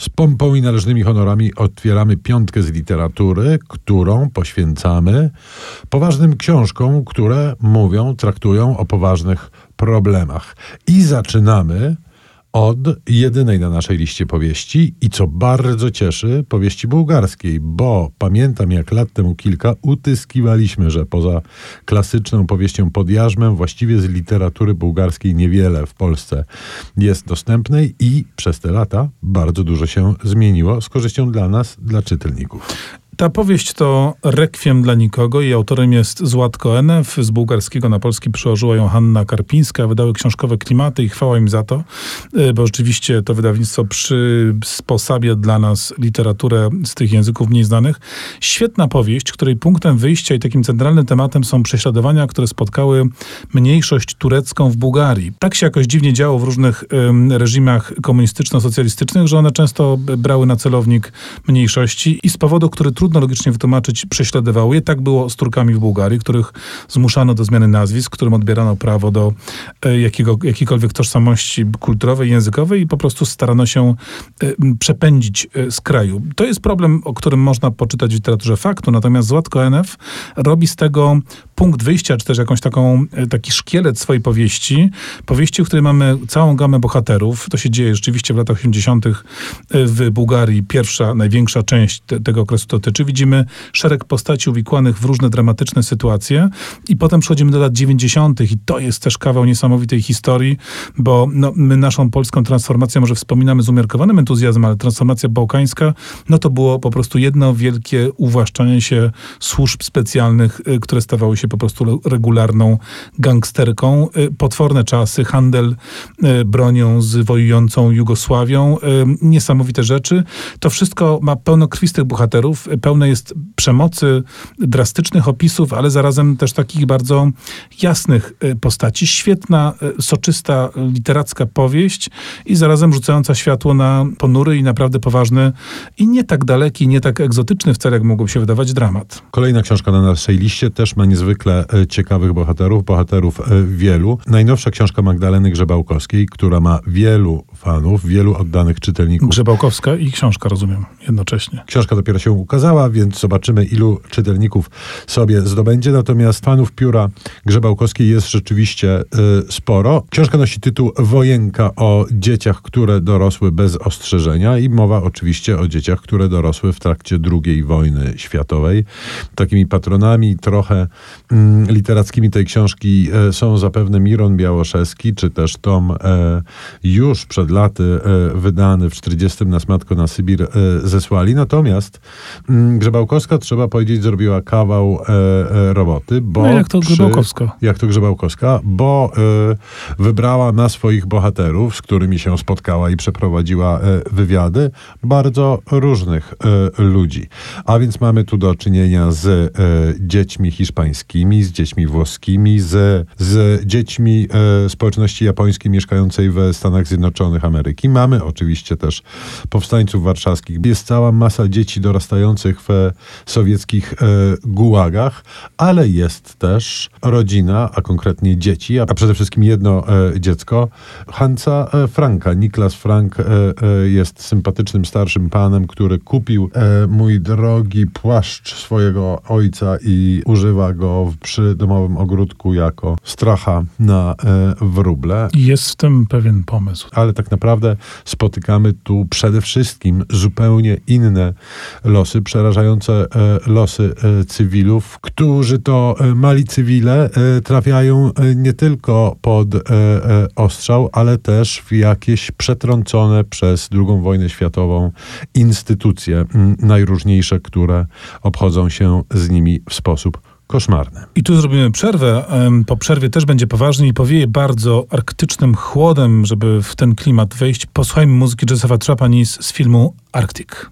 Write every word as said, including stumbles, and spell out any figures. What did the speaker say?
Z pompą i należnymi honorami otwieramy piątkę z literatury, którą poświęcamy poważnym książkom, które mówią, traktują o poważnych problemach. I zaczynamy od jedynej na naszej liście powieści i co bardzo cieszy, powieści bułgarskiej, bo pamiętam, jak lat temu kilka utyskiwaliśmy, że poza klasyczną powieścią Pod jarzmem właściwie z literatury bułgarskiej niewiele w Polsce jest dostępnej i przez te lata bardzo dużo się zmieniło z korzyścią dla nas, dla czytelników. Ta powieść to Rekwiem dla nikogo i autorem jest Złatko Enew. Z bułgarskiego na polski przełożyła ją Hanna Karpińska. Wydały książkowe klimaty i chwała im za to, bo rzeczywiście to wydawnictwo przysposabia dla nas literaturę z tych języków mniej znanych. Świetna powieść, której punktem wyjścia i takim centralnym tematem są prześladowania, które spotkały mniejszość turecką w Bułgarii. Tak się jakoś dziwnie działo w różnych um, reżimach komunistyczno-socjalistycznych, że one często brały na celownik mniejszości i z powodu, który trudno logicznie wytłumaczyć, prześladowały je. Tak było z Turkami w Bułgarii, których zmuszano do zmiany nazwisk, którym odbierano prawo do e, jakiego, jakiejkolwiek tożsamości kulturowej, językowej i po prostu starano się e, przepędzić e, z kraju. To jest problem, o którym można poczytać w literaturze faktu, natomiast Złatko Enew robi z tego punkt wyjścia, czy też jakąś taką, e, taki szkielet swojej powieści. Powieści, w której mamy całą gamę bohaterów. To się dzieje rzeczywiście w latach osiemdziesiątych w Bułgarii. Pierwsza, największa część te, tego okresu dotyczy. Widzimy szereg postaci uwikłanych w różne dramatyczne sytuacje i potem przechodzimy do lat dziewięćdziesiątych i to jest też kawał niesamowitej historii, bo no, my naszą polską transformację może wspominamy z umiarkowanym entuzjazmem, ale transformacja bałkańska, no to było po prostu jedno wielkie uwłaszczanie się służb specjalnych, które stawały się po prostu regularną gangsterką. Potworne czasy, handel bronią z wojującą Jugosławią, niesamowite rzeczy. To wszystko ma pełno krwistych bohaterów, pełne jest przemocy, drastycznych opisów, ale zarazem też takich bardzo jasnych postaci. Świetna, soczysta, literacka powieść i zarazem rzucająca światło na ponury i naprawdę poważny i nie tak daleki, nie tak egzotyczny wcale, jak mogłoby się wydawać, dramat. Kolejna książka na naszej liście też ma niezwykle ciekawych bohaterów, bohaterów wielu. Najnowsza książka Magdaleny Grzebałkowskiej, która ma wielu fanów, wielu oddanych czytelników. Grzebałkowska i książka, rozumiem, jednocześnie. Książka dopiero się ukazała, więc zobaczymy, ilu czytelników sobie zdobędzie. Natomiast fanów pióra Grzebałkowskiej jest rzeczywiście y, sporo. Książka nosi tytuł Wojenka o dzieciach, które dorosły bez ostrzeżenia i mowa oczywiście o dzieciach, które dorosły w trakcie drugiej wojny światowej. Takimi patronami trochę mm, literackimi tej książki y, są zapewne Miron Białoszewski, czy też tom y, już przed laty y, wydany w czterdziestym Nas Matko na Sybir y, zesłali. Natomiast Grzebałkowska, trzeba powiedzieć, zrobiła kawał e, e, roboty, bo... No jak to Grzebałkowska. Przy, jak to Grzebałkowska, bo e, wybrała na swoich bohaterów, z którymi się spotkała i przeprowadziła e, wywiady, bardzo różnych e, ludzi. A więc mamy tu do czynienia z e, dziećmi hiszpańskimi, z dziećmi włoskimi, z, z dziećmi e, społeczności japońskiej mieszkającej w Stanach Zjednoczonych Ameryki. Mamy oczywiście też powstańców warszawskich. Jest cała masa dzieci dorastających w sowieckich e, gułagach, ale jest też rodzina, a konkretnie dzieci, a przede wszystkim jedno e, dziecko, Hansa e, Franka. Niklas Frank e, e, jest sympatycznym starszym panem, który kupił e, mój drogi płaszcz swojego ojca i używa go przy domowym ogródku jako stracha na e, wróble. Jest w tym pewien pomysł. Ale tak naprawdę spotykamy tu przede wszystkim zupełnie inne losy, przerażające e, losy e, cywilów, którzy to e, mali cywile e, trafiają e, nie tylko pod e, e, ostrzał, ale też w jakieś przetrącone przez drugą wojnę światową instytucje m, najróżniejsze, które obchodzą się z nimi w sposób koszmarny. I tu zrobimy przerwę. Po przerwie też będzie poważnie i powieje bardzo arktycznym chłodem, żeby w ten klimat wejść. Posłuchajmy muzyki Josepha Trapani z filmu Arctic.